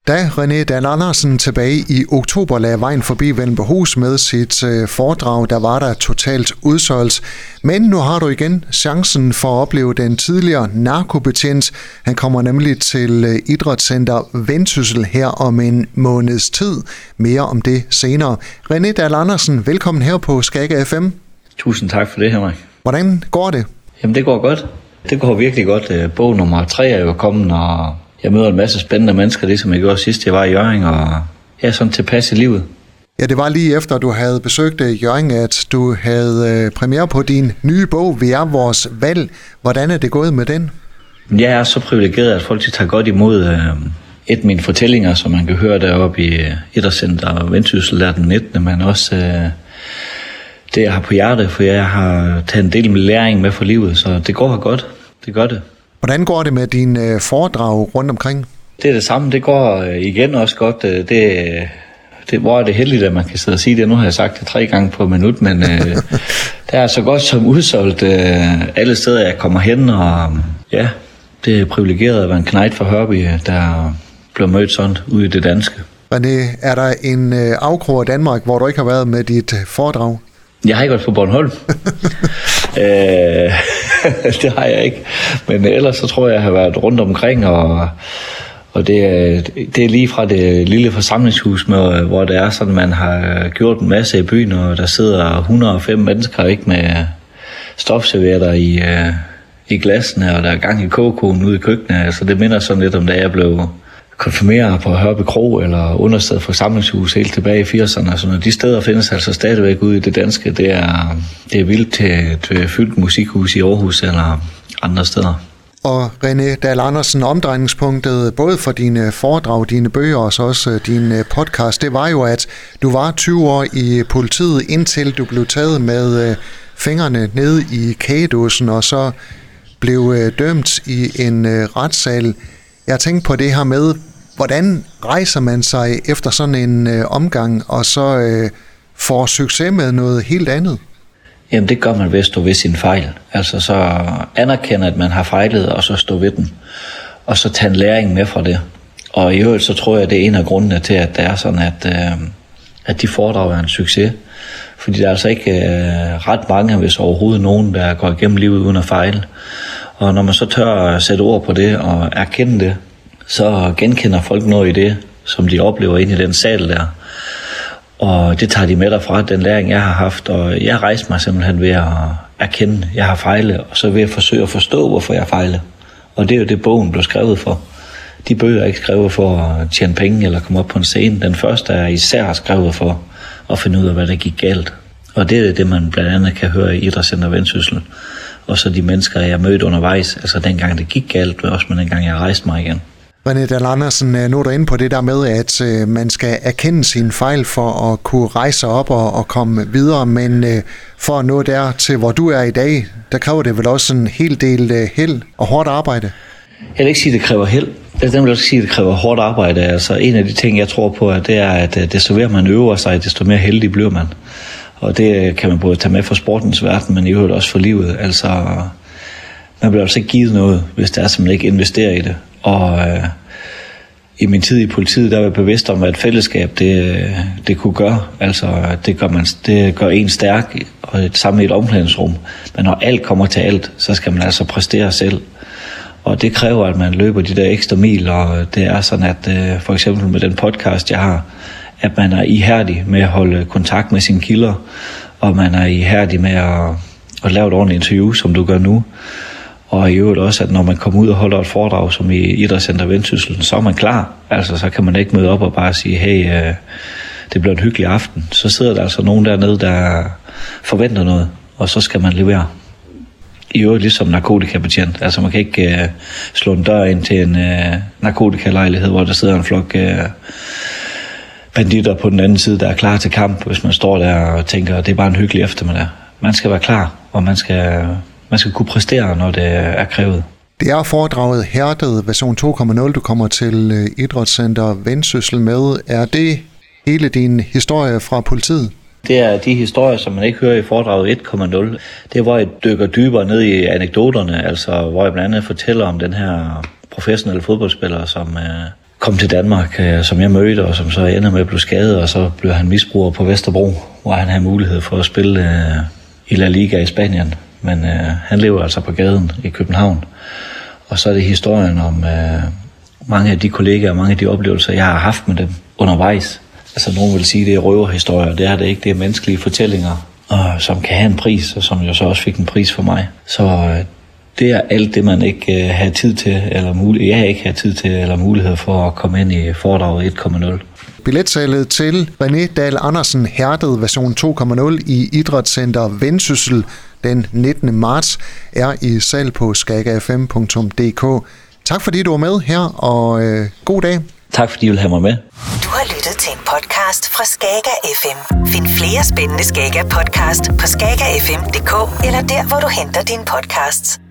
Da René Dahl Andersen tilbage i oktober lagde vejen forbi Vellumberhus med sit foredrag, der var der totalt udsolgt. Men nu har du igen chancen for at opleve den tidligere narkobetjent. Han kommer nemlig til Idrætscenter Vendsyssel her om en måneds tid. Mere om det senere. René Dahl Andersen, velkommen her på Skagge FM. Tusind tak for det, Henrik. Hvordan går det? Jamen det går godt. Det går virkelig godt. Bog nummer 3 er jo kommet, og jeg møder en masse spændende mennesker, det som jeg gjorde sidst, jeg var i Hjørring, og jeg er sådan tilpas i livet. Ja, det var lige efter, du havde besøgt Hjørring, at du havde premiere på din nye bog, Vi er vores valg. Hvordan er det gået med den? Jeg er så privilegeret, at folk tager godt imod et af mine fortællinger, som man kan høre deroppe i Idrætscenter Vendsyssel, der den 19. Men også det, jeg har på hjertet, for jeg har taget en del med læring med for livet, så det går godt. Det gør det. Hvordan går det med dine foredrag rundt omkring? Det er det samme. Det går igen også godt. Hvor er det heldigt, at man kan sidde og sige det. Nu har jeg sagt det 3 gange på et minut, men det er så godt som udsolgt alle steder, jeg kommer hen. Og ja, det er privilegeret at være en knejt fra Hørby, der bliver mødt sådan ude i det danske. René, er der en afkrog af Danmark, hvor du ikke har været med dit foredrag? Jeg har ikke været på Bornholm. Det har jeg ikke. Men ellers så tror jeg har været rundt omkring, og det er lige fra det lille forsamlingshus, med, hvor det er sådan, man har gjort en masse i byen, og der sidder 105 mennesker ikke med stofservietter i glassene, og der er gang i kogekogen ude i køkkenet. Altså det minder sådan lidt om, da jeg blev konfirmeret på Hørby Kro eller understed for samlingshus helt tilbage i 80'erne. Så de steder findes altså stadigvæk ude i det danske. Det er vildt til et fyldt musikhus i Aarhus eller andre steder. Og René Dahl Andersen, omdrejningspunktet både for dine foredrag, dine bøger og så også din podcast, det var jo, at du var 20 år i politiet, indtil du blev taget med fingrene ned i kagedåsen og så blev dømt i en retssal. Jeg tænkte på det her med, hvordan rejser man sig efter sådan en omgang, og så får succes med noget helt andet? Jamen det gør man ved at stå ved sin fejl. Altså så anerkende, at man har fejlet, og så stå ved den. Og så tage en læring med fra det. Og i øvrigt så tror jeg, det er en af grundene til, at det er sådan, at de foredrag er en succes. Fordi der er altså ikke ret mange, hvis overhovedet nogen, der går igennem livet uden at fejle. Og når man så tør at sætte ord på det og erkende det, så genkender folk noget i det, som de oplever inde i den sal der. Og det tager de med derfra, den læring, jeg har haft. Og jeg rejser mig simpelthen ved at erkende, at jeg har fejlet, og så ved at forsøge at forstå, hvorfor jeg fejler. Og det er jo det, bogen blev skrevet for. De bøger er ikke skrevet for at tjene penge eller komme op på en scene. Den første er især skrevet for at finde ud af, hvad der gik galt. Og det er det, man blandt andet kan høre i Idrætscenter Vendsyssel. Og så de mennesker, jeg mødte undervejs, altså dengang det gik galt, men også med dengang jeg rejste mig igen. René Dahl Andersen, nu er du inde på det der med, at man skal erkende sine fejl for at kunne rejse sig op og komme videre, men for at nå der til, hvor du er i dag, der kræver det vel også en hel del held og hårdt arbejde? Jeg vil ikke sige, at det kræver held. Jeg vil også sige, at det kræver hårdt arbejde. Altså en af de ting, jeg tror på, det er, at desto mere man øver sig, desto mere heldig bliver man. Og det kan man både tage med for sportens verden, men i øvrigt også for livet. Altså, man bliver altså ikke givet noget, hvis det er, som man ikke investerer i det. Og i min tid i politiet, der var jeg bevidst om, at fællesskab, det kunne gøre. Altså, det gør en stærk, og det samme i et omklædningsrum. Men når alt kommer til alt, så skal man altså præstere selv. Og det kræver, at man løber de der ekstra mil, og det er sådan, at for eksempel med den podcast, jeg har, at man er ihærdig med at holde kontakt med sine kilder, og man er ihærdig med at lave et ordentligt interview, som du gør nu. Og i øvrigt også, at når man kommer ud og holder et foredrag, som i Idrætscenter Vendsyssel, så er man klar. Altså, så kan man ikke møde op og bare sige, hey, det bliver en hyggelig aften. Så sidder der altså nogen dernede, der forventer noget, og så skal man levere. I øvrigt ligesom narkotikabetjent. Altså, man kan ikke slå en dør ind til en narkotikalejlighed, hvor der sidder en flok banditter på den anden side, der er klar til kamp, hvis man står der og tænker, at det er bare en hyggelig eftermiddag. Man skal være klar, og man skal kunne præstere, når det er krævet. Det er foredraget Hærdet version 2.0, du kommer til Idrætscenter Vendsyssel med. Er det hele din historie fra politiet? Det er de historier, som man ikke hører i foredraget 1.0. Det er, hvor jeg dykker dybere ned i anekdoterne, altså hvor jeg blandt andet fortæller om den her professionelle fodboldspiller, som kom til Danmark, som jeg mødte, og som så ender med at blive skadet, og så blev han misbruger på Vesterbro, hvor han havde mulighed for at spille i La Liga i Spanien. Men han lever altså på gaden i København. Og så er det historien om mange af de kollegaer, mange af de oplevelser, jeg har haft med dem undervejs. Altså nogen vil sige, det er røverhistorier, det er det ikke, det er menneskelige fortællinger, som kan have en pris, og som jo så også fik en pris for mig. Så det er alt det, man ikke har tid til, eller jeg ikke har tid til, eller mulighed for at komme ind i foredraget 1.0. Billetsalget til René Dahl Andersen Herted version 2.0 i Idrætscenter Vendsyssel den 19. marts er i salg på skagafm.dk. Tak fordi du var med her, og god dag. Tak fordi I vil have mig med. Du har lyttet til en podcast fra Skaga FM. Find flere spændende Skaga podcast på skagafm.dk eller der, hvor du henter dine podcasts.